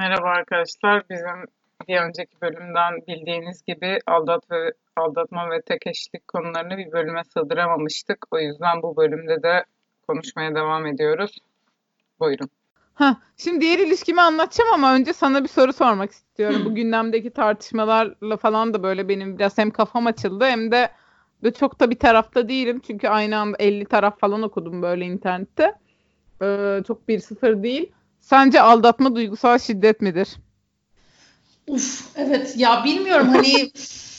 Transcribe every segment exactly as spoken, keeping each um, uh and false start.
Merhaba arkadaşlar. Bizim bir önceki bölümden bildiğiniz gibi aldat ve aldatma ve tek eşlik konularını bir bölüme sığdıramamıştık. O yüzden bu bölümde de konuşmaya devam ediyoruz. Buyurun. Ha, şimdi diğer ilişkimi anlatacağım ama önce sana bir soru sormak istiyorum. Bu Hı. gündemdeki tartışmalarla falan da böyle benim biraz hem kafam açıldı hem de böyle çok da bir tarafta değilim. Çünkü aynı anda elli taraf falan okudum böyle internette. Ee, çok bir sıfır değil. Sence aldatma duygusal şiddet midir? Uf, evet ya bilmiyorum hani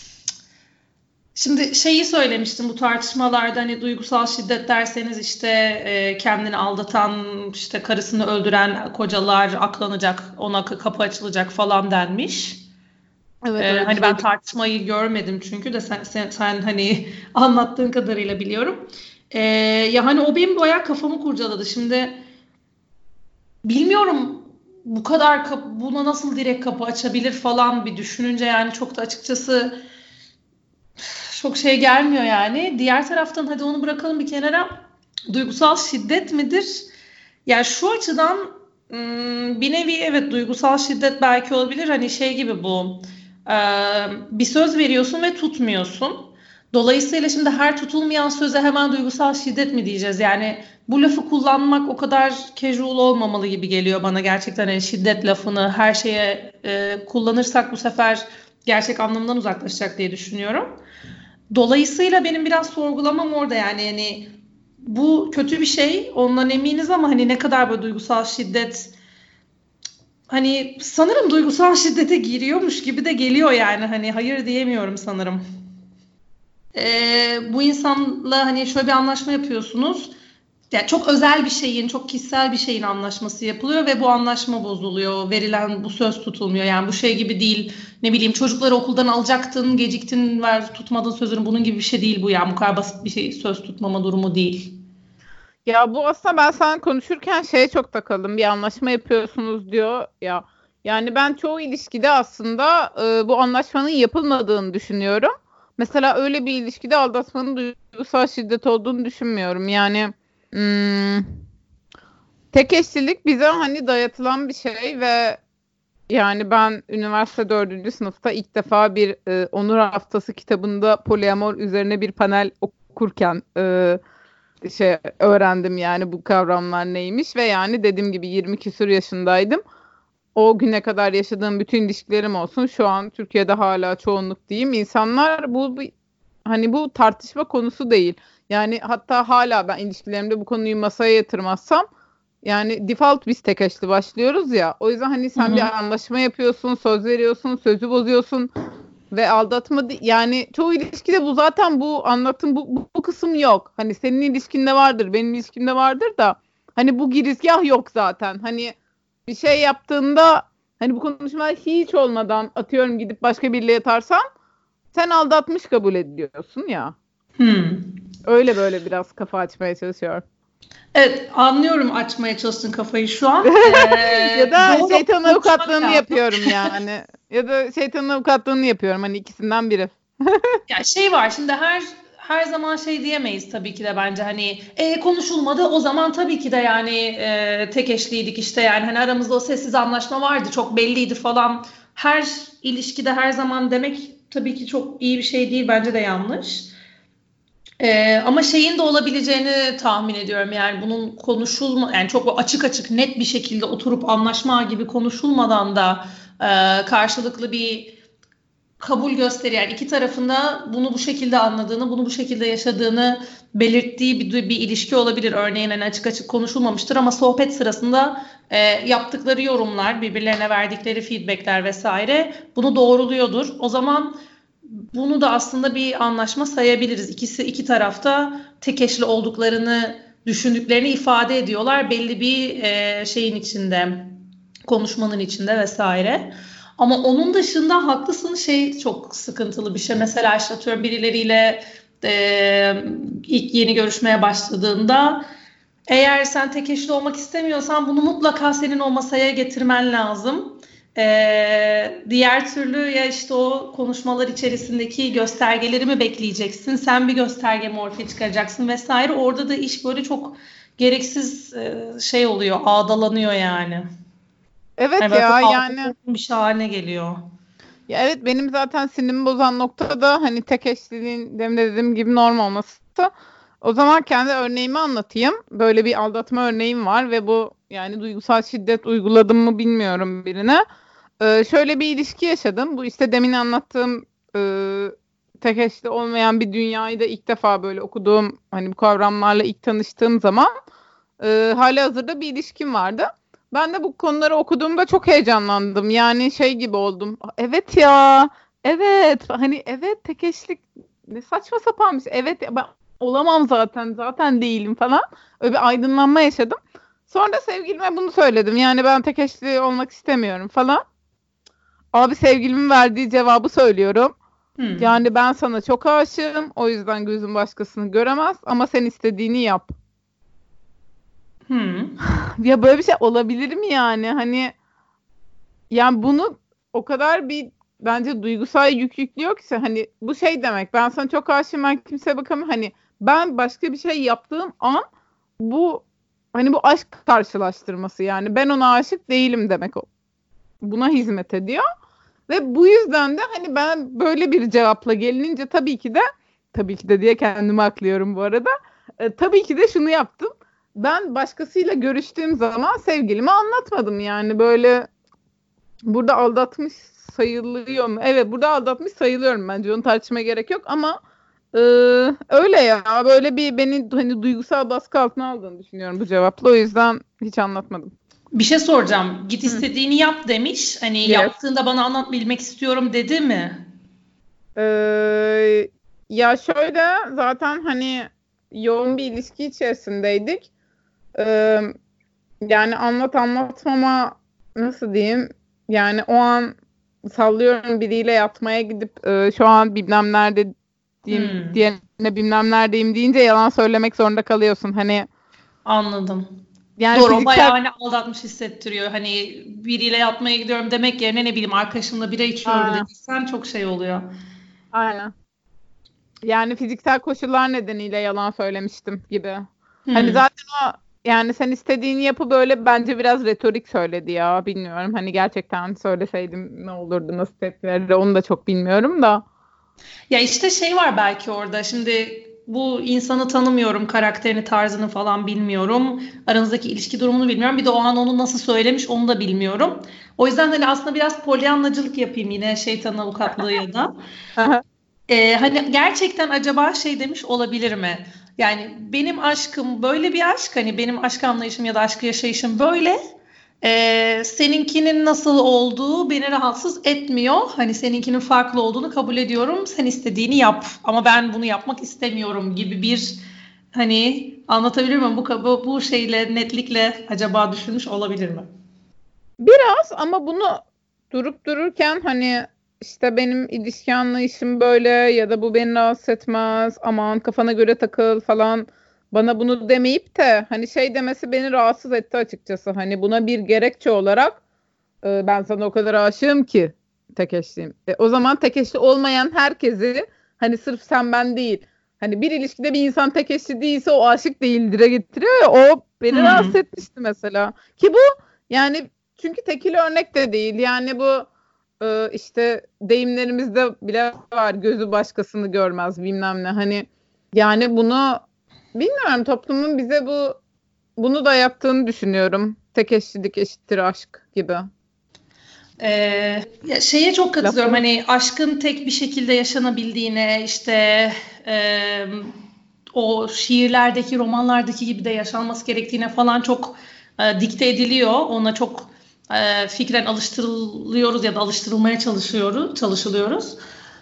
şimdi şeyi söylemiştim bu tartışmalarda hani duygusal şiddet derseniz işte e, kendini aldatan işte karısını öldüren kocalar aklanacak ona k- kapı açılacak falan denmiş. Evet, E, öyle bir hani şey ben duydum. tartışmayı görmedim çünkü de sen, sen, sen hani anlattığın kadarıyla biliyorum. E, ya hani o benim bayağı kafamı kurcaladı. Şimdi bilmiyorum bu kadar kap- buna nasıl direkt kapı açabilir falan bir düşününce yani çok da açıkçası çok şey gelmiyor yani. Diğer taraftan hadi onu bırakalım bir kenara. Duygusal şiddet midir? Yani şu açıdan ım, bir nevi evet duygusal şiddet belki olabilir. Hani şey gibi bu. e, Bir söz veriyorsun ve tutmuyorsun. Dolayısıyla şimdi her tutulmayan söze hemen duygusal şiddet mi diyeceğiz? Yani bu lafı kullanmak o kadar casual olmamalı gibi geliyor bana gerçekten. Yani şiddet lafını her şeye e, kullanırsak bu sefer gerçek anlamından uzaklaşacak diye düşünüyorum. Dolayısıyla benim biraz sorgulamam orada yani yani bu kötü bir şey ondan eminiz ama hani ne kadar böyle duygusal şiddet hani sanırım duygusal şiddete giriyormuş gibi de geliyor yani hani hayır diyemiyorum sanırım. Ee, bu insanla hani şöyle bir anlaşma yapıyorsunuz. Yani çok özel bir şeyin, çok kişisel bir şeyin anlaşması yapılıyor ve bu anlaşma bozuluyor. Verilen bu söz tutulmuyor. Yani bu şey gibi değil. Ne bileyim çocukları okuldan alacaktın, geciktin, ver tutmadın sözünü. Bunun gibi bir şey değil bu yani. Bu kadar basit bir şey söz tutmama durumu değil. Ya bu aslında ben sen konuşurken şeye çok takıldım. Bir anlaşma yapıyorsunuz diyor ya. Yani ben çoğu ilişkide aslında e, bu anlaşmanın yapılmadığını düşünüyorum. Mesela öyle bir ilişkide aldatmanın duygusal şiddet olduğunu düşünmüyorum. Yani hmm, tek eşlilik bize hani dayatılan bir şey ve yani ben üniversite dördüncü sınıfta ilk defa bir e, Onur Haftası kitabında poliamor üzerine bir panel okurken e, şey öğrendim yani bu kavramlar neymiş ve yani dediğim gibi yirmi küsur yaşındaydım. O güne kadar yaşadığım bütün ilişkilerim olsun şu an Türkiye'de hala çoğunluk diyeyim. İnsanlar bu, bu hani bu tartışma konusu değil. Yani hatta hala ben ilişkilerimde bu konuyu masaya yatırmazsam yani default biz tek eşli başlıyoruz ya. O yüzden hani Hı sen hı. bir anlaşma yapıyorsun, söz veriyorsun, sözü bozuyorsun ve aldatma di- yani çoğu ilişkide bu zaten bu anlatım bu, bu, bu kısım yok. Hani senin ilişkinde vardır, benim ilişkimde vardır da hani bu girizgah yok zaten. Hani bir şey yaptığında hani bu konuşmalar hiç olmadan atıyorum gidip başka biriyle yatarsan sen aldatmış kabul ediyorsun ya. Hmm. Öyle böyle biraz kafa açmaya çalışıyorum. Evet, anlıyorum açmaya çalıştığın kafayı şu an. Ya Ee, da doğru şeytan konuşmak avukatlığını lazım. yapıyorum yani. Ya da şeytanın avukatlığını yapıyorum. Hani ikisinden biri. Ya şey var şimdi her her zaman şey diyemeyiz tabii ki de bence hani e, konuşulmadı o zaman tabii ki de yani e, tek eşliydik işte yani hani aramızda o sessiz anlaşma vardı çok belliydi falan. Her ilişkide her zaman demek tabii ki çok iyi bir şey değil bence de yanlış. E, ama şeyin de olabileceğini tahmin ediyorum yani bunun konuşulma yani çok açık açık net bir şekilde oturup anlaşma gibi konuşulmadan da e, karşılıklı bir kabul gösteriyor. Yani iki tarafında bunu bu şekilde anladığını, bunu bu şekilde yaşadığını belirttiği bir, bir ilişki olabilir. Örneğin hani açık açık konuşulmamıştır ama sohbet sırasında e, yaptıkları yorumlar, birbirlerine verdikleri feedbackler vesaire bunu doğruluyordur. O zaman bunu da aslında bir anlaşma sayabiliriz. İkisi iki tarafta tek eşli olduklarını düşündüklerini ifade ediyorlar belli bir e, şeyin içinde, konuşmanın içinde vesaire. Ama onun dışında haklısın şey çok sıkıntılı bir şey. Mesela işte atıyorum birileriyle e, ilk yeni görüşmeye başladığında eğer sen tek eşli olmak istemiyorsan bunu mutlaka senin o masaya getirmen lazım. Ee, diğer türlü ya işte o konuşmalar içerisindeki göstergeleri mi bekleyeceksin? Sen bir gösterge mi ortaya çıkaracaksın vesaire. Orada da iş böyle çok gereksiz e, şey oluyor, ağdalanıyor yani. Evet Yani böyle ya çok yani aldatılmış bir şey haline geliyor. ya evet benim zaten sinirimi bozan nokta da hani tek eşliliğin demin de dediğim gibi norm olması. O zaman kendi örneğimi anlatayım. Böyle bir aldatma örneğim var ve bu yani duygusal şiddet uyguladım mı bilmiyorum birine. Ee, şöyle bir ilişki yaşadım. Bu işte demin anlattığım e, tek eşli olmayan bir dünyayı da ilk defa böyle okuduğum hani bu kavramlarla ilk tanıştığım zaman e, halihazırda bir ilişkim vardı. Ben de bu konuları okuduğumda çok heyecanlandım. Yani şey gibi oldum. Evet ya, evet hani evet tek eşlik ne saçma sapan bir şey. Evet ya, ben olamam zaten zaten değilim falan. Öyle bir aydınlanma yaşadım. Sonra da sevgilime bunu söyledim. Yani ben tek eşli olmak istemiyorum falan. Abi sevgilimin verdiği cevabı söylüyorum. Hmm. Yani ben sana çok aşığım. O yüzden gözün başkasını göremez ama sen istediğini yap. Hmm. Ya böyle bir şey olabilir mi yani? Hani yani bunu o kadar bir bence duygusal yük yüklüyor ki hani bu şey demek. Ben sana çok aşığım ben kimseye bakamıyorum. Hani ben başka bir şey yaptığım an bu hani bu aşk karşılaştırması yani ben ona aşık değilim demek o. Buna hizmet ediyor. Ve bu yüzden de hani ben böyle bir cevapla gelinince tabii ki de tabii ki de diye kendimi aklıyorum bu arada. E, tabii ki de şunu yaptım. Ben başkasıyla görüştüğüm zaman sevgilime anlatmadım yani böyle burada aldatmış sayılıyor mu? Evet burada aldatmış sayılıyorum bence onu tartışmaya gerek yok ama e, öyle ya böyle bir beni hani duygusal baskı altına aldığını düşünüyorum bu cevapla o yüzden hiç anlatmadım. Bir şey soracağım. Git Hı. istediğini yap demiş. Hani Yes. yaptığında bana anlat bilmek istiyorum dedi mi? Ee, ya şöyle zaten hani yoğun bir ilişki içerisindeydik. Ee, yani anlat anlatmama nasıl diyeyim? Yani o an sallıyorum biriyle yatmaya gidip e, şu an bilmem nerede diyeyim Hmm. diğerine bilmem neredeyim deyince yalan söylemek zorunda kalıyorsun. Hani Anladım. yani Doğru, o bayağı fiziksel hani aldatmış hissettiriyor. Hani biriyle yatmaya gidiyorum demek yerine ne bileyim arkadaşımla bira içiyorum aynen, dediysen çok şey oluyor. aynen. Yani fiziksel koşullar nedeniyle yalan söylemiştim gibi. Hani Hmm. zaten o yani sen istediğini yapı böyle bence biraz retorik söyledi ya. Bilmiyorum hani gerçekten söyleseydim ne olurdu nasıl tepki verirdi onu da çok bilmiyorum da. Ya işte şey var belki orada. Şimdi bu insanı tanımıyorum, karakterini, tarzını falan bilmiyorum. Aranızdaki ilişki durumunu bilmiyorum. Bir de o an onu nasıl söylemiş onu da bilmiyorum. O yüzden hani aslında biraz polyanlacılık yapayım yine şeytan avukatlığı ya da. Ee, hani gerçekten acaba şey demiş olabilir mi? Yani benim aşkım böyle bir aşk, hani benim aşk anlayışım ya da aşk yaşayışım böyle. Ee, seninkinin nasıl olduğu beni rahatsız etmiyor. Hani seninkinin farklı olduğunu kabul ediyorum. Sen istediğini yap ama ben bunu yapmak istemiyorum gibi bir hani anlatabilir miyim? Bu, bu, bu şeyle netlikle acaba düşünmüş olabilir mi? Biraz ama bunu durup dururken hani işte benim ilişki anlayışım böyle ya da bu beni rahatsız etmez aman kafana göre takıl falan bana bunu demeyip de hani şey demesi beni rahatsız etti açıkçası. Hani buna bir gerekçe olarak e, ben sana o kadar aşığım ki tek eşliyim. E, o zaman tek eşli olmayan herkesi hani sırf sen ben değil. Hani bir ilişkide bir insan tek eşli değilse o aşık değildir'e getiriyor ya o beni rahatsız Hmm. etmişti mesela. Ki bu yani çünkü tekil örnek de değil. Yani bu e, işte deyimlerimizde bile var. Gözü başkasını görmez bilmem ne. Hani yani bunu bilmiyorum toplumun bize bu bunu dayattığını düşünüyorum. Tek eşlilik eşittir aşk gibi. Ee, ya şeye çok katılıyorum. Lafı. Hani aşkın tek bir şekilde yaşanabildiğine, işte e, o şiirlerdeki, romanlardaki gibi de yaşanması gerektiğine falan çok e, dikte ediliyor. Ona çok e, fikren alıştırılıyoruz ya da alıştırılmaya çalışıyoruz, çalışılıyoruz.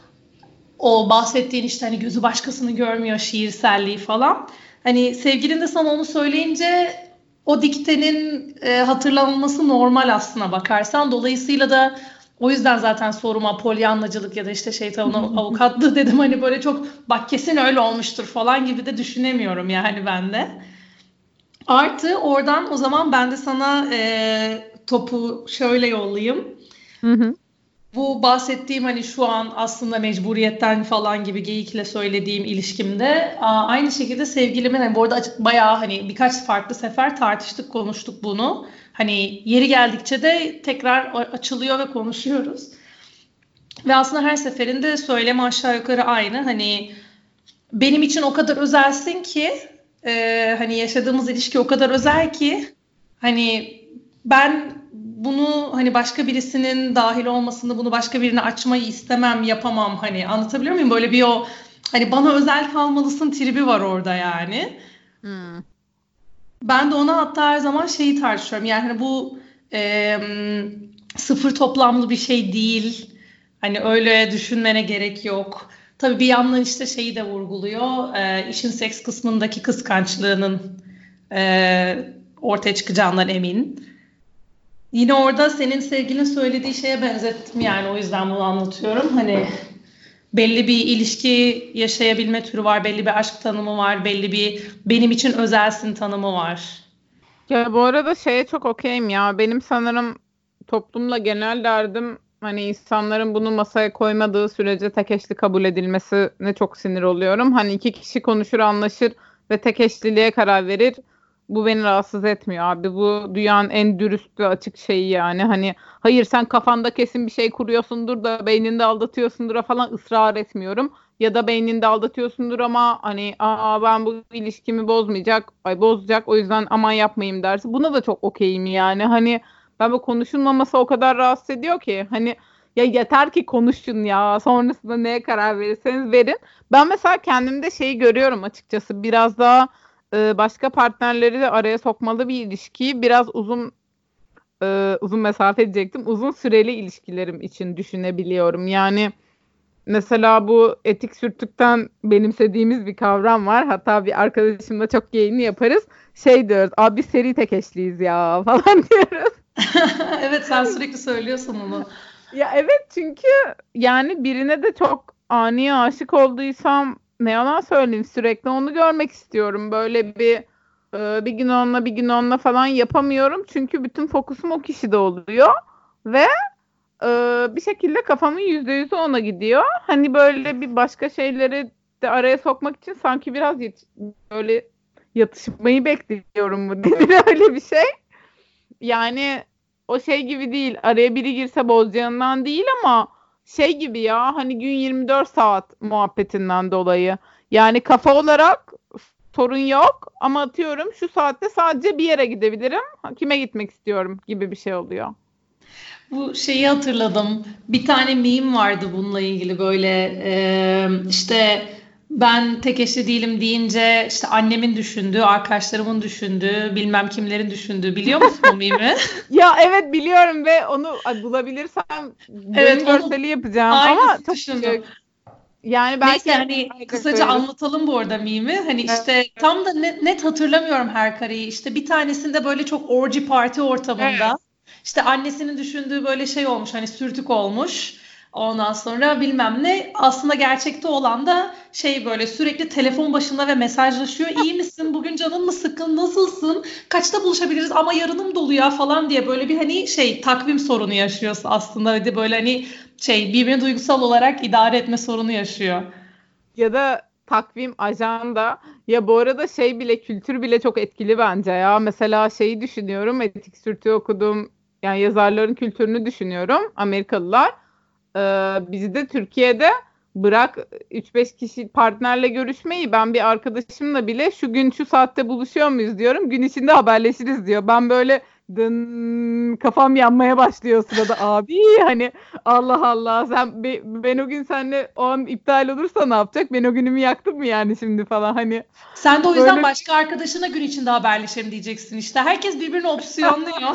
O bahsettiğin işte hani gözü başkasını görmüyor şiirselliği falan. Hani sevgilin de sana onu söyleyince o diktenin e, hatırlanması normal aslına bakarsan. Dolayısıyla da o yüzden zaten soruma polyanlacılık ya da işte şeytan avukatlığı dedim. Hani böyle çok bak kesin öyle olmuştur falan gibi de düşünemiyorum yani ben de. Artı oradan o zaman ben de sana e, topu şöyle yollayayım. Hı hı. Bu bahsettiğim hani şu an aslında mecburiyetten falan gibi geyikle söylediğim ilişkimde aynı şekilde sevgilimin hani bu arada açık, bayağı hani birkaç farklı sefer tartıştık konuştuk bunu. hani yeri geldikçe de tekrar açılıyor ve konuşuyoruz. Ve aslında her seferinde söylemi aşağı yukarı aynı. Hani benim için o kadar özelsin ki, e, hani yaşadığımız ilişki o kadar özel ki, hani ben bunu hani başka birisinin dahil olmasını, bunu başka birine açmayı istemem, yapamam. Hani anlatabiliyor muyum? Böyle bir o hani bana özel kalmalısın tribi var orada yani. Hmm. Ben de ona hatta her zaman şeyi tartışıyorum. Yani hani bu e, sıfır toplamlı bir şey değil. Hani öyle düşünmene gerek yok. Tabii bir yandan işte şeyi de vurguluyor. E, işin seks kısmındaki kıskançlığının e, ortaya çıkacağından emin. Yine orada senin sevgilin söylediği şeye benzettim yani, o yüzden bunu anlatıyorum. Hani belli bir ilişki yaşayabilme türü var, belli bir aşk tanımı var, belli bir benim için özelsin tanımı var. Ya bu arada şeye çok okeyim ya. Benim sanırım toplumla genel derdim hani insanların bunu masaya koymadığı sürece tek eşli kabul edilmesine çok sinir oluyorum. Hani iki kişi konuşur, anlaşır ve tek eşliliğe karar verir. Bu beni rahatsız etmiyor abi. Bu dünyanın en dürüst ve açık şeyi yani. Hani hayır sen kafanda kesin bir şey kuruyorsundur da beyninde aldatıyorsundur falan ısrar etmiyorum. Ya da beyninde aldatıyorsundur ama hani aa ben bu ilişkimi bozmayacak, ay bozacak o yüzden aman yapmayayım dersi. Buna da çok okeyim yani. Hani ben bu konuşulmaması o kadar rahatsız ediyor ki. Hani ya yeter ki konuşun ya. Sonrasında neye karar verirseniz verin. Ben mesela kendimde şeyi görüyorum açıkçası. Biraz daha e, başka partnerleri de araya sokmalı bir ilişkiyi biraz uzun e, uzun mesafe diyecektim. Uzun süreli ilişkilerim için düşünebiliyorum. Yani mesela bu etik sürtükten benimsediğimiz bir kavram var. Hatta bir arkadaşımla çok yayını yaparız. Şey diyoruz, abi seri tek eşliyiz ya falan diyoruz. Evet, sen sürekli söylüyorsun onu. Ya evet çünkü yani birine de çok ani aşık olduysam ne yalan söyleyeyim sürekli onu görmek istiyorum. Böyle bir e, bir gün onunla bir gün onunla falan yapamıyorum. Çünkü bütün fokusum o kişide oluyor. Ve Ee, bir şekilde kafamın yüzde yüzü ona gidiyor. Hani böyle bir başka şeyleri de araya sokmak için sanki biraz yet- böyle yatışmayı bekliyorum mu denir öyle bir şey. Yani o şey gibi değil. Araya biri girse bozacağından değil ama şey gibi ya hani gün yirmi dört saat muhabbetinden dolayı. Yani kafa olarak sorun yok ama atıyorum şu saatte sadece bir yere gidebilirim. Kime gitmek istiyorum gibi bir şey oluyor. Bu şeyi hatırladım. Bir tane meme vardı bununla ilgili, böyle e, işte ben tek eşli değilim deyince işte annemin düşündüğü, arkadaşlarımın düşündüğü, bilmem kimlerin düşündüğü. Biliyor musun o meme'i? Ya evet biliyorum ve onu ay, bulabilirsem Evet, bölüm onu görseli yapacağım ama aynısı çok düşündüm. küçük. Yani Neyse, belki hani ayrıca kısaca koyarız. anlatalım bu arada mimi. Hani Evet, işte tam da net, net hatırlamıyorum her kareyi. İşte bir tanesinde böyle çok orgy parti evet. ortamında. İşte annesinin düşündüğü böyle şey olmuş, hani sürtük olmuş. Ondan sonra bilmem ne. Aslında gerçekte olan da şey, böyle sürekli telefon başında ve mesajlaşıyor. İyi misin? Bugün canın mı sıkkın? Nasılsın? Kaçta buluşabiliriz? Ama yarınım dolu ya falan diye böyle bir hani şey takvim sorunu yaşıyorsa aslında. Ve de böyle hani şey birbirini duygusal olarak idare etme sorunu yaşıyor. Ya da takvim, ajanda. Ya bu arada şey bile kültür bile çok etkili bence ya. Mesela şeyi düşünüyorum. Etik Sürtü'yü okudum. Yani yazarların kültürünü düşünüyorum. Amerikalılar. Ee, bizde Türkiye'de bırak üç beş kişi partnerle görüşmeyi ben bir arkadaşımla bile şu gün şu saatte buluşuyor muyuz diyorum. Gün içinde haberleşiriz diyor. Ben böyle dın, kafam yanmaya başlıyor o sırada abi hani Allah Allah sen be- ben o gün seninle o an iptal olursa ne yapacak? Ben o günümü yaktım mı yani şimdi falan hani Sen de o yüzden böyle başka arkadaşına gün içinde haberleşelim diyeceksin işte. Herkes birbirini opsiyonluyor.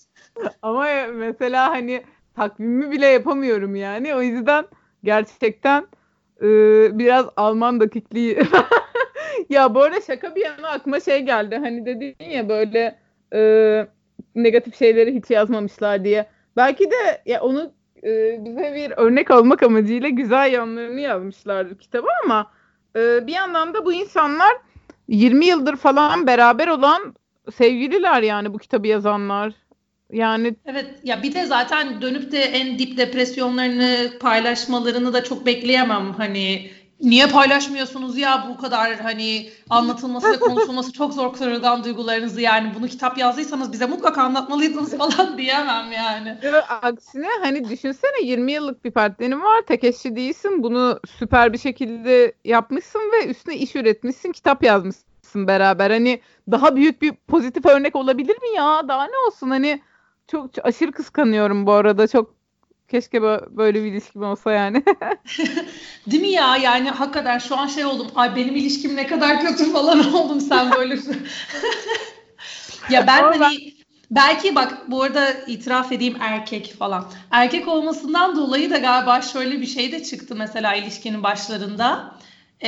ama mesela hani takvimi bile yapamıyorum yani. O yüzden gerçekten e, biraz Alman dakikliği. Ya bu arada şaka bir yana aklıma şey geldi. Hani dedin ya böyle e, negatif şeyleri hiç yazmamışlar diye. Belki de ya onu e, bize bir örnek olmak amacıyla güzel yanlarını yazmışlardı kitabı ama e, bir yandan da bu insanlar yirmi yıldır falan beraber olan sevgililer yani bu kitabı yazanlar. Yani Evet ya, bir de zaten dönüp de en dip depresyonlarını paylaşmalarını da çok bekleyemem. Hani niye paylaşmıyorsunuz ya bu kadar hani anlatılması ve konuşulması çok zor kırılgan duygularınızı, yani bunu kitap yazdıysanız bize mutlaka anlatmalıydınız falan diyemem yani. Evet, aksine hani düşünsene yirmi yıllık bir partnerin var, tek eşli değilsin, bunu süper bir şekilde yapmışsın ve üstüne iş üretmişsin, kitap yazmışsın beraber. Hani daha büyük bir pozitif örnek olabilir mi ya? Daha ne olsun, hani çok, çok aşırı kıskanıyorum bu arada, çok keşke böyle bir ilişkim olsa yani. Değil mi ya? Yani hakikaten şu an şey oldum. Ay benim ilişkim ne kadar kötü falan oldum sen böyle. Ya ben Ama hani belki bak bu arada itiraf edeyim, erkek falan. Erkek olmasından dolayı da galiba şöyle bir şey de çıktı mesela ilişkinin başlarında. Ee,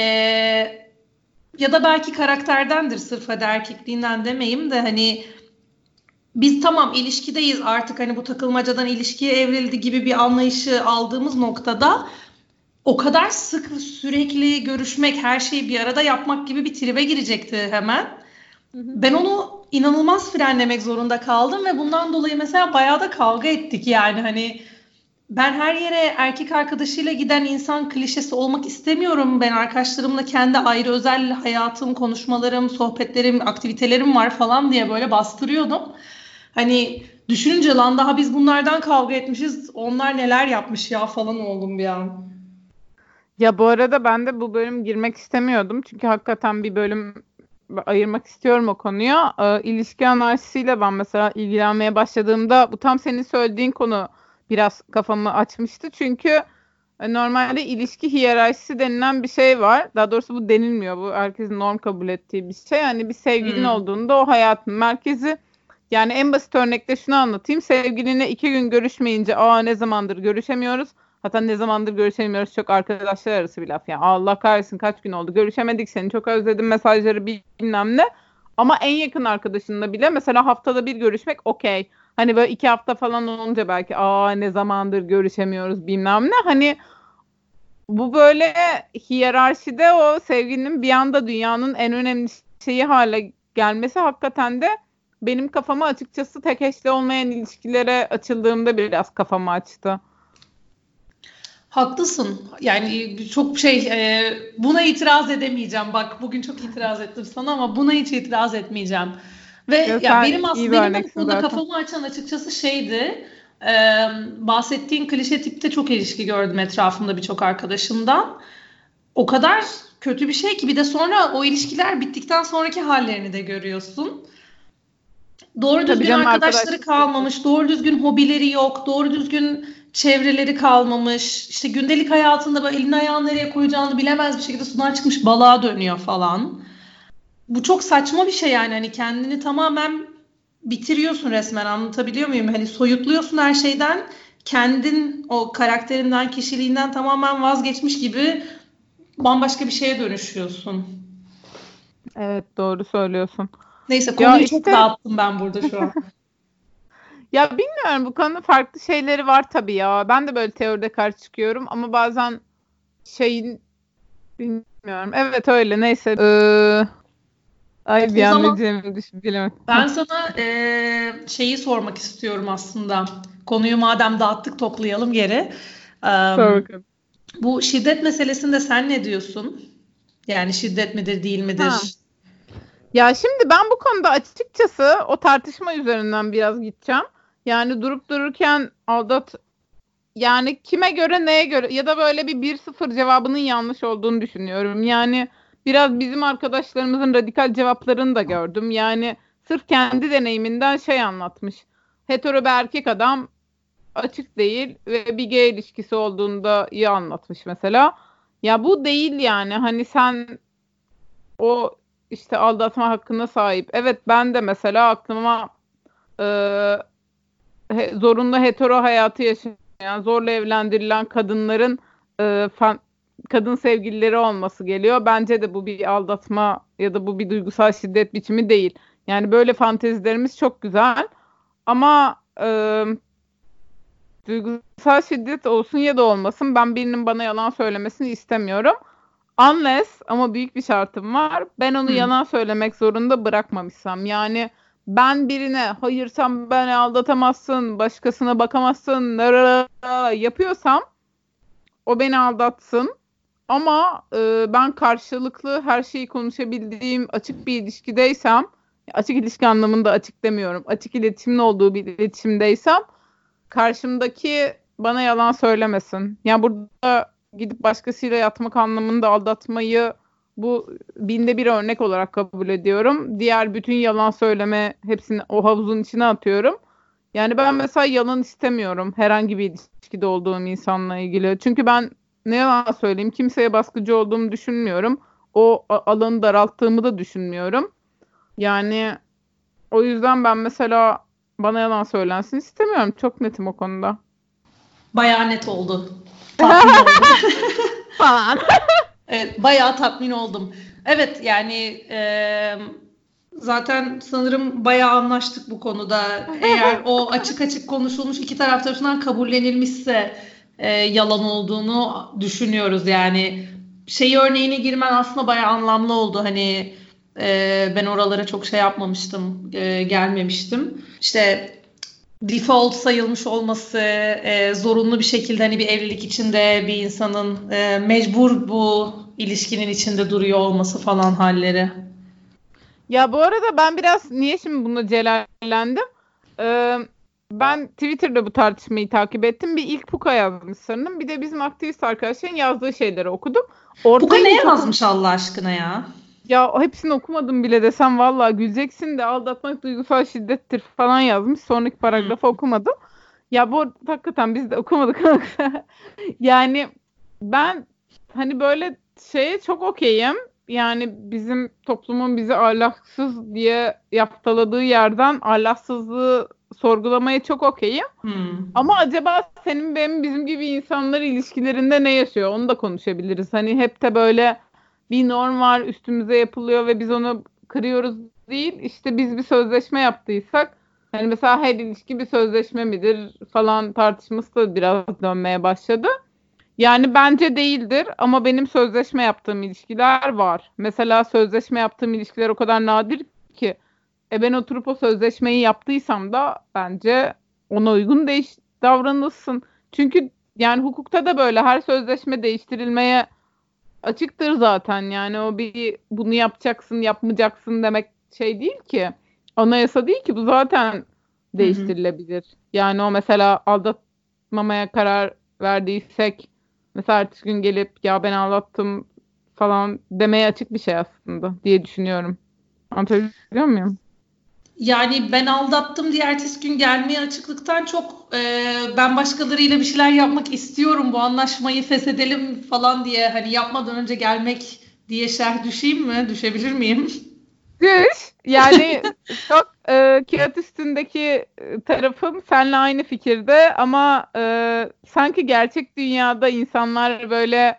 ya da belki karakterdendir, sırf hadi erkekliğinden demeyeyim de hani biz tamam ilişkideyiz artık, hani bu takılmacadan ilişkiye evrildi gibi bir anlayışı aldığımız noktada o kadar sık sürekli görüşmek, her şeyi bir arada yapmak gibi bir tribe girecekti hemen. Hı hı. Ben onu inanılmaz frenlemek zorunda kaldım ve bundan dolayı mesela bayağı da kavga ettik yani. Hani ben her yere erkek arkadaşıyla giden insan klişesi olmak istemiyorum. Ben arkadaşlarımla kendi ayrı özel hayatım, konuşmalarım, sohbetlerim, aktivitelerim var falan diye böyle bastırıyordum. Hani düşününce lan daha biz bunlardan kavga etmişiz, onlar neler yapmış ya falan oldum bir an. Ya bu arada ben de bu bölüm girmek istemiyordum. Çünkü hakikaten bir bölüm ayırmak istiyorum o konuya. Ee, ilişki anarşisiyle ben mesela ilgilenmeye başladığımda bu tam senin söylediğin konu biraz kafamı açmıştı. Çünkü e, normalde ilişki hiyerarşisi denilen bir şey var. Daha doğrusu bu denilmiyor. Bu herkesin norm kabul ettiği bir şey. Yani bir sevgilin Hmm. olduğunda o hayatın merkezi. Yani en basit örnekte şunu anlatayım. Sevgilinle iki gün görüşmeyince aa ne zamandır görüşemiyoruz. Hatta ne zamandır görüşemiyoruz çok arkadaşlar arası bir laf. Yani Allah kahretsin kaç gün oldu görüşemedik, seni çok özledim mesajları bilmem ne. Ama en yakın arkadaşınla bile mesela haftada bir görüşmek okey. Hani böyle iki hafta falan olunca belki aa ne zamandır görüşemiyoruz bilmem ne. Hani bu böyle hiyerarşide o sevginin bir anda dünyanın en önemli şeyi hale gelmesi hakikaten de benim kafamı açıkçası tek eşli olmayan ilişkilere açıldığımda biraz kafamı açtı. Haklısın. Yani çok şey e, buna itiraz edemeyeceğim. Bak bugün çok itiraz ettim sana ama buna hiç itiraz etmeyeceğim. Ve Ya ya sen benim iyi aslında bir benim de bu örneksin konuda zaten. kafamı açan açıkçası şeydi. E, bahsettiğin klişe tipte çok ilişki gördüm etrafımda birçok arkadaşımdan. O kadar kötü bir şey ki bir de sonra o ilişkiler bittikten sonraki hallerini de görüyorsun. Doğru Tabii düzgün canım, arkadaşları arkadaşlık bitti. kalmamış, doğru düzgün hobileri yok, doğru düzgün çevreleri kalmamış. İşte gündelik hayatında böyle elini ayağını nereye koyacağını bilemez bir şekilde sudan çıkmış balığa dönüyor falan. Bu çok saçma bir şey yani, hani kendini tamamen bitiriyorsun resmen, anlatabiliyor muyum? Hani soyutluyorsun her şeyden, kendin o karakterinden, kişiliğinden tamamen vazgeçmiş gibi bambaşka bir şeye dönüşüyorsun. Evet, doğru söylüyorsun. Neyse Ya konuyu çok işte dağıttım ben burada şu an. ya bilmiyorum, bu konuda farklı şeyleri var tabii ya. Ben de böyle teoride karşı çıkıyorum ama bazen şeyin bilmiyorum. Evet öyle, neyse. Ee, ay bir O an ne zaman diyeceğimi düşün bilemedim. ben sana eee, şeyi sormak istiyorum aslında. Konuyu madem dağıttık toplayalım geri. Sor Eee, bakalım. bu şiddet meselesinde sen ne diyorsun? Yani şiddet midir değil Ha. midir? Ya şimdi ben bu konuda açıkçası o tartışma üzerinden biraz gideceğim. Yani durup dururken aldat, yani kime göre neye göre ya da böyle bir bir sıfır cevabının yanlış olduğunu düşünüyorum. Yani biraz bizim arkadaşlarımızın radikal cevaplarını da gördüm. Yani sırf kendi deneyiminden şey anlatmış. Hetero bir erkek adam açık değil ve bir gay ilişkisi olduğunda iyi anlatmış mesela. Ya bu değil yani. Hani sen o işte aldatma hakkına sahip. Evet, ben de mesela aklıma e, he- zorunlu hetero hayatı yaşayan, zorla evlendirilen kadınların e, fan- kadın sevgilileri olması geliyor. Bence de bu bir aldatma ya da bu bir duygusal şiddet biçimi değil. Yani böyle fantezilerimiz çok güzel ama e, duygusal şiddet olsun ya da olmasın, ben birinin bana yalan söylemesini istemiyorum. Unless, ama büyük bir şartım var. Ben onu Hmm. yalan söylemek zorunda bırakmamışsam. Yani ben birine hayır sen beni aldatamazsın, başkasına bakamazsın narara yapıyorsam o beni aldatsın. Ama e, ben karşılıklı her şeyi konuşabildiğim açık bir ilişkideysem, açık ilişki anlamında açık demiyorum, açık iletişimin olduğu bir iletişimdeysem karşımdaki bana yalan söylemesin. Yani burada gidip başkasıyla yatmak anlamında aldatmayı bu binde bir örnek olarak kabul ediyorum. Diğer bütün yalan söyleme hepsini o havuzun içine atıyorum. Yani ben mesela yalan istemiyorum herhangi bir ilişkide olduğum insanla ilgili. Çünkü ben ne yalan söyleyeyim, kimseye baskıcı olduğumu düşünmüyorum. O a- alanı daralttığımı da düşünmüyorum. Yani o yüzden ben mesela bana yalan söylensin istemiyorum. Çok netim o konuda. Bayağı net oldu. Tatmin oldum. Falan. Evet, bayağı tatmin oldum. Evet yani e, zaten sanırım bayağı anlaştık bu konuda. Eğer o açık açık konuşulmuş, iki taraf tarafından kabullenilmişse e, yalan olduğunu düşünüyoruz yani. Şey örneğine girmen aslında bayağı anlamlı oldu. Hani e, ben oralara çok şey yapmamıştım, e, gelmemiştim. İşte default sayılmış olması, e, zorunlu bir şekilde hani bir evlilik içinde bir insanın e, mecbur bu ilişkinin içinde duruyor olması falan halleri. Ya bu arada ben biraz niye şimdi buna celallendim? Ee, Ben Twitter'da bu tartışmayı takip ettim. Bir ilk Puka yazmış sanırım. Bir de bizim aktivist arkadaşların yazdığı şeyleri okudum. Puka Ortaya ne çok... yazmış Allah aşkına ya? Ya hepsini okumadım bile desem vallahi güleceksin de aldatmak duygusal şiddettir falan yazmış. Sonraki Hmm. paragrafı okumadım. Ya bu hakikaten biz de okumadık. Yani ben hani böyle şeye çok okeyim. Yani bizim toplumun bizi ahlaksız diye yaftaladığı yerden ahlaksızlığı sorgulamaya çok okeyim. Hmm. Ama acaba senin benim bizim gibi insanlar ilişkilerinde ne yaşıyor? Onu da konuşabiliriz. Hani hep de böyle bir norm var üstümüze yapılıyor ve biz onu kırıyoruz değil. İşte biz bir sözleşme yaptıysak hani mesela her ilişki bir sözleşme midir falan tartışması da biraz dönmeye başladı. Yani bence değildir ama benim sözleşme yaptığım ilişkiler var. Mesela sözleşme yaptığım ilişkiler o kadar nadir ki. E ben oturup o sözleşmeyi yaptıysam da bence ona uygun değiş davranılsın. Çünkü yani hukukta da böyle her sözleşme değiştirilmeye açıktır zaten. Yani o bir bunu yapacaksın, yapmayacaksın demek şey değil ki. Anayasa değil ki bu zaten Hı hı. değiştirilebilir. Yani o mesela aldatmamaya karar verdiysek mesela ertesi gün gelip ya ben aldattım falan demeye açık bir şey aslında diye düşünüyorum. Anlatabiliyor muyum? Yani ben aldattım diye ertesi gün gelmeye açıklıktan çok e, ben başkalarıyla bir şeyler yapmak istiyorum, bu anlaşmayı feshedelim falan diye hani yapmadan önce gelmek diye şerh düşeyim mi? Düşebilir miyim? Düş. Yani çok e, kağıt üstündeki e, tarafım seninle aynı fikirde ama e, sanki gerçek dünyada insanlar böyle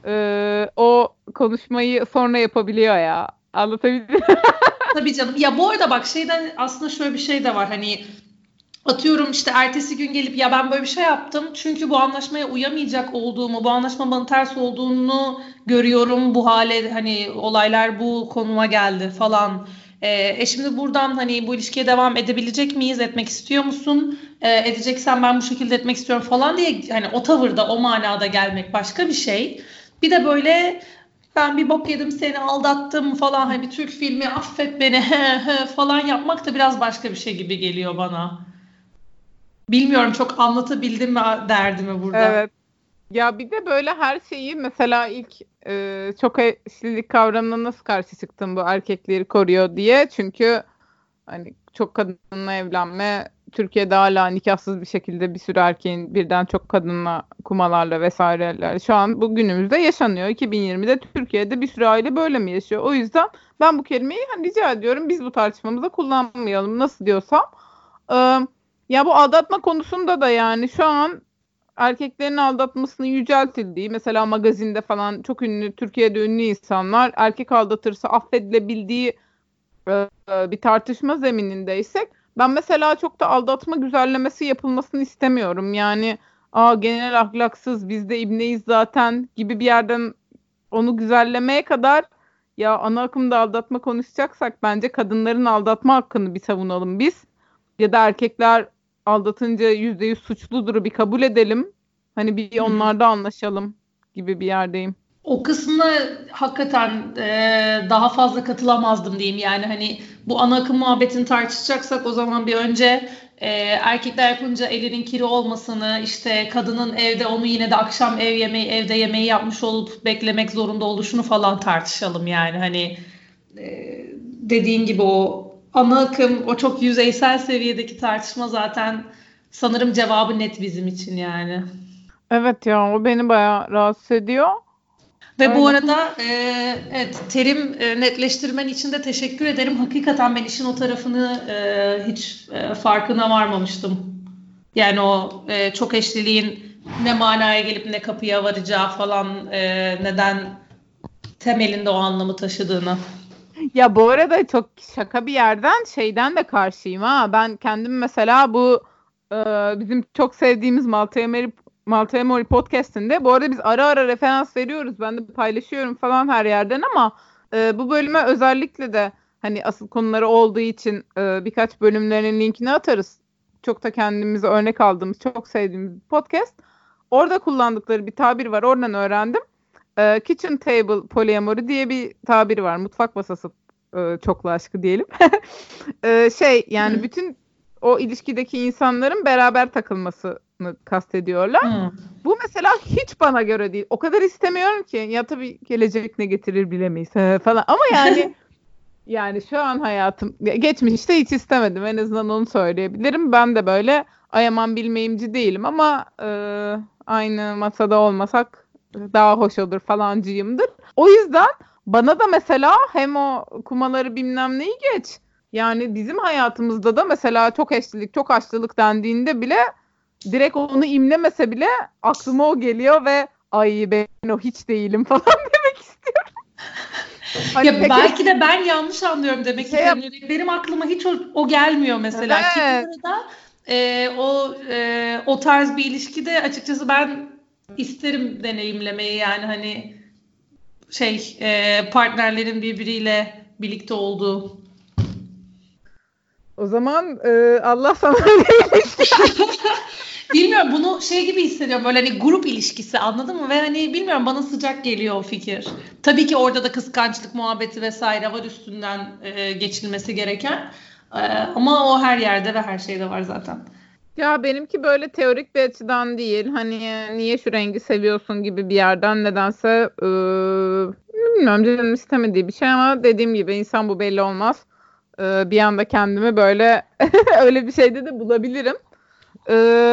e, o konuşmayı sonra yapabiliyor ya. Anlatabildim mi? Tabii canım. Ya bu arada bak şeyden aslında şöyle bir şey de var. Hani atıyorum işte ertesi gün gelip ya ben böyle bir şey yaptım. Çünkü bu anlaşmaya uyamayacak olduğumu, bu anlaşma bana ters olduğunu görüyorum. Bu hale hani olaylar bu konuma geldi falan. Ee, e şimdi buradan hani bu ilişkiye devam edebilecek miyiz? Etmek istiyor musun? Ee, edeceksen ben bu şekilde etmek istiyorum falan diye hani o tavırda, o manada gelmek başka bir şey. Bir de böyle ben bir bok yedim seni aldattım falan hani bir Türk filmi affet beni falan yapmak da biraz başka bir şey gibi geliyor bana. Bilmiyorum çok anlatabildim mi derdimi burada. Evet. Ya bir de böyle her şeyi mesela ilk e, çok eşlilik kavramına nasıl karşı çıktım bu erkekleri koruyor diye. Çünkü hani çok kadınla evlenme Türkiye'de hala nikahsız bir şekilde bir sürü erkeğin birden çok kadınla kumalarla vesaireler şu an bu günümüzde yaşanıyor. iki bin yirmide Türkiye'de bir sürü aile böyle mi yaşıyor? O yüzden ben bu kelimeyi hani rica ediyorum biz bu tartışmamıza kullanmayalım. Nasıl diyorsam. Ee, Ya bu aldatma konusunda da yani şu an erkeklerin aldatmasını yüceltildiği mesela magazinde falan çok ünlü Türkiye'de ünlü insanlar erkek aldatırsa affedilebildiği e, bir tartışma zeminindeysek ben mesela çok da aldatma güzellemesi yapılmasını istemiyorum. Yani aa genel ahlaksız biz de ibneyiz zaten gibi bir yerden onu güzellemeye kadar ya ana akımda aldatma konuşacaksak bence kadınların aldatma hakkını bir savunalım biz. Ya da erkekler aldatınca yüzde yüz suçludur bir kabul edelim. Hani bir Hı hı. onlarda anlaşalım gibi bir yerdeyim. O kısmına hakikaten e, daha fazla katılamazdım diyeyim. Yani hani bu ana akım muhabbetini tartışacaksak o zaman bir önce e, erkekler yapınca elinin kiri olmasını, işte kadının evde onu yine de akşam ev yemeği, evde yemeği yapmış olup beklemek zorunda oluşunu falan tartışalım yani. Hani e, dediğin gibi o ana akım, o çok yüzeysel seviyedeki tartışma zaten sanırım cevabı net bizim için yani. Evet ya, o beni bayağı rahatsız ediyor. Ve bu Öyle. arada e, evet, terim e, netleştirmen için de teşekkür ederim. Hakikaten ben işin o tarafını e, hiç e, farkına varmamıştım. Yani o e, çok eşliliğin ne manaya gelip ne kapıya varacağı falan, e, neden temelinde o anlamı taşıdığını. Ya bu arada çok şaka bir yerden şeyden de karşıyım ha. Ben kendim mesela bu e, bizim çok sevdiğimiz Malta Emori, Malta Emori podcast'inde, bu arada biz ara ara referans veriyoruz. Ben de paylaşıyorum falan her yerden ama e, bu bölüme özellikle de hani asıl konuları olduğu için e, birkaç bölümlerinin linkini atarız. Çok da kendimize örnek aldığımız, çok sevdiğimiz bir podcast. Orada kullandıkları bir tabir var. Oradan öğrendim. E, kitchen table polyamory diye bir tabir var. Mutfak masası e, çoklu aşkı diyelim. E, şey yani Hı. bütün o ilişkideki insanların beraber takılmasını kastediyorlar. Hı. Bu mesela hiç bana göre değil. O kadar istemiyorum ki. Ya tabii gelecek ne getirir bilemeyiz he, falan. Ama yani yani şu an hayatım, geçmişte hiç istemedim. En azından onu söyleyebilirim. Ben de böyle ay aman bilmeyimci değilim ama e, aynı masada olmasak daha hoş olur falancıyımdır. O yüzden bana da mesela hem o kumaları bilmem neyi geç. Yani bizim hayatımızda da mesela çok eşlilik, çok aşlılık dendiğinde bile direkt onu imlemese bile aklıma o geliyor ve ay ben o hiç değilim falan demek istiyorum. Hani Ya pek belki de ben yanlış anlıyorum demek ki. Şey yap- Benim, benim aklıma hiç o, o gelmiyor mesela. Ki bu Evet. arada e, o e, o tarz bir ilişkide açıkçası ben isterim deneyimlemeyi, yani hani şey e, partnerlerin birbiriyle birlikte olduğu. O zaman e, Allah sana öyle Bilmiyorum, bunu şey gibi hissediyorum, böyle hani grup ilişkisi, anladın mı? Ve hani bilmiyorum, bana sıcak geliyor o fikir. Tabii ki orada da kıskançlık muhabbeti vesaire var üstünden e, geçilmesi gereken. E, ama o her yerde ve her şeyde var zaten. Ya benimki böyle teorik bir açıdan değil. Hani niye şu rengi seviyorsun gibi bir yerden nedense e, bilmiyorum, canım istemediği bir şey ama dediğim gibi insan bu belli olmaz. E, bir anda kendimi böyle öyle bir şeyde de bulabilirim. E,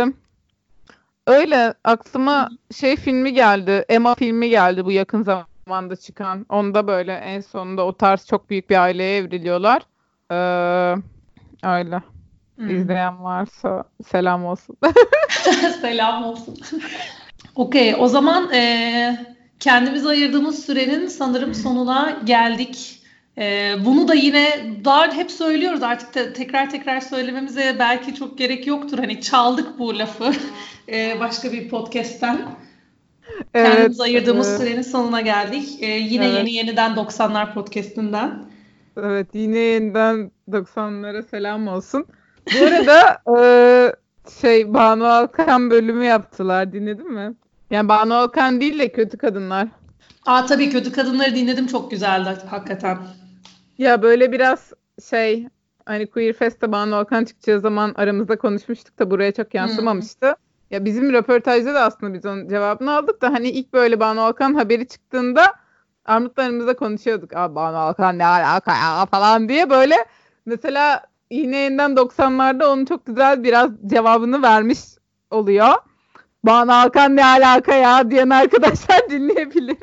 öyle aklıma şey filmi geldi. Emma filmi geldi, bu yakın zamanda çıkan. Onda böyle en sonunda o tarz çok büyük bir aileye evriliyorlar. E, öyle. Hmm. İzleyen varsa selam olsun. Selam olsun. Okey, o zaman e, kendimize ayırdığımız sürenin sanırım sonuna geldik. E, bunu da yine daha hep söylüyoruz, artık da tekrar tekrar söylememize belki çok gerek yoktur. Hani çaldık bu lafı e, başka bir podcast'ten. Evet, Kendimize ayırdığımız e, sürenin sonuna geldik. E, yine evet, yeni yeniden doksanlar podcast'inden. evet. Yine yeniden doksanlara selam olsun. Bu arada e, şey Banu Alkan bölümü yaptılar. Dinledin mi? Yani Banu Alkan değil de Kötü Kadınlar. Aa, tabii kötü kadınları dinledim, çok güzeldi hakikaten. Ya böyle biraz şey, hani Queer Fest'te Banu Alkan çıkacağı zaman aramızda konuşmuştuk da buraya çok Hmm. yansımamıştı. Ya bizim röportajda da aslında biz onun cevabını aldık da hani ilk böyle Banu Alkan haberi çıktığında Armut'la aramızda konuşuyorduk. Aa, Banu Alkan ne alaka ya falan diye böyle, mesela İğne Yeniden doksanlarda onun çok güzel biraz cevabını vermiş oluyor. Banu Alkan ne alaka ya diyen arkadaşlar dinleyebilir.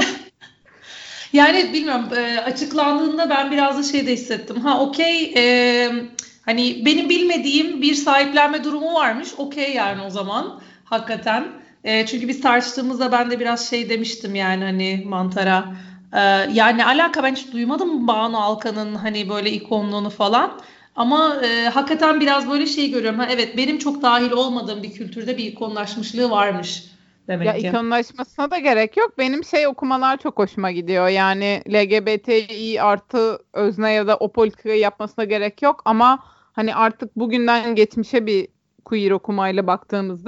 Yani bilmiyorum, e, açıklandığında ben biraz da şey de hissettim. Ha, okey, e, hani benim bilmediğim bir sahiplenme durumu varmış. Okey yani o zaman hakikaten. E, çünkü biz tartıştığımızda ben de biraz şey demiştim yani hani Mantar'a. E, yani alaka, ben hiç duymadım Banu Alkan'ın hani böyle ikonluğunu falan. Ama e, hakikaten biraz böyle şey görüyorum. Ha, evet, benim çok dahil olmadığım bir kültürde bir ikonlaşmışlığı varmış Ya demek ki. ikonlaşmasına da gerek yok. Benim şey okumalar çok hoşuma gidiyor. Yani L G B T İ artı özne ya da o politikayı yapmasına gerek yok. Ama hani artık bugünden geçmişe bir queer okumayla baktığımızda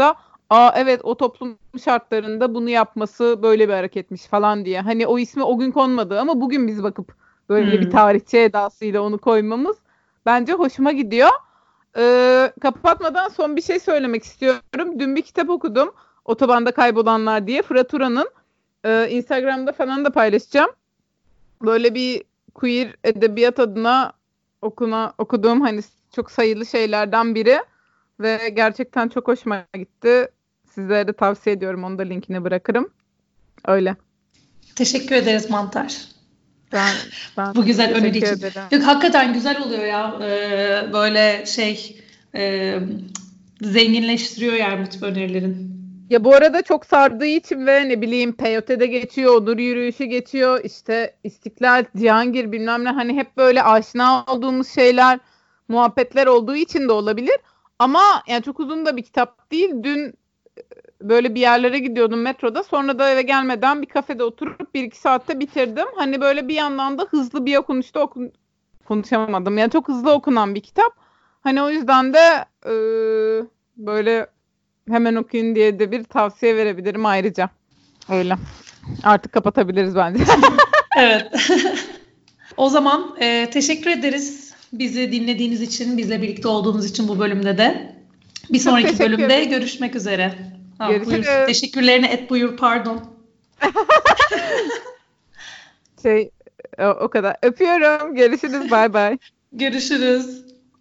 aa evet o toplum şartlarında bunu yapması böyle bir hareketmiş falan diye. Hani o ismi o gün konmadı ama bugün biz bakıp böyle Hmm. bir tarihçi edasıyla onu koymamız bence hoşuma gidiyor. Ee, kapatmadan son bir şey söylemek istiyorum. Dün bir kitap okudum. Otobanda Kaybolanlar diye. Fırat Uran'ın. Ee, Instagram'da falan da paylaşacağım. Böyle bir queer edebiyat adına okuna, okuduğum hani çok sayılı şeylerden biri. Ve gerçekten çok hoşuma gitti. Sizlere de tavsiye ediyorum. Onu da linkini bırakırım. Öyle. Teşekkür ederiz Mantar. Ben, ben Bu güzel öneri teşekkür için. ederim. Yok hakikaten güzel oluyor ya. Ee, böyle şey e, zenginleştiriyor yani bu tip önerilerin. Ya bu arada çok sardığı için ve ne bileyim Peyote'de geçiyor, Onur Yürüyüşü geçiyor, işte İstiklal, Cihangir bilmem ne hani hep böyle aşina olduğumuz şeyler, muhabbetler olduğu için de olabilir. Ama yani çok uzun da bir kitap değil. Dün böyle bir yerlere gidiyordum metroda. Sonra da eve gelmeden bir kafede oturup bir iki saatte bitirdim. Hani böyle bir yandan da hızlı bir okunuşta okun konuşamadım. Yani çok hızlı okunan bir kitap. Hani o yüzden de e, böyle hemen okuyun diye de bir tavsiye verebilirim ayrıca. Öyle. Artık kapatabiliriz bence. Evet. O zaman e, teşekkür ederiz bizi dinlediğiniz için, bizle birlikte olduğunuz için bu bölümde de. Bir Çok sonraki teşekkür bölümde ederim. görüşmek üzere. Ha, Görüşürüz. buyur. Teşekkürlerini et buyur pardon. Şey o, o kadar. Öpüyorum. Görüşürüz. Bay bay. Görüşürüz.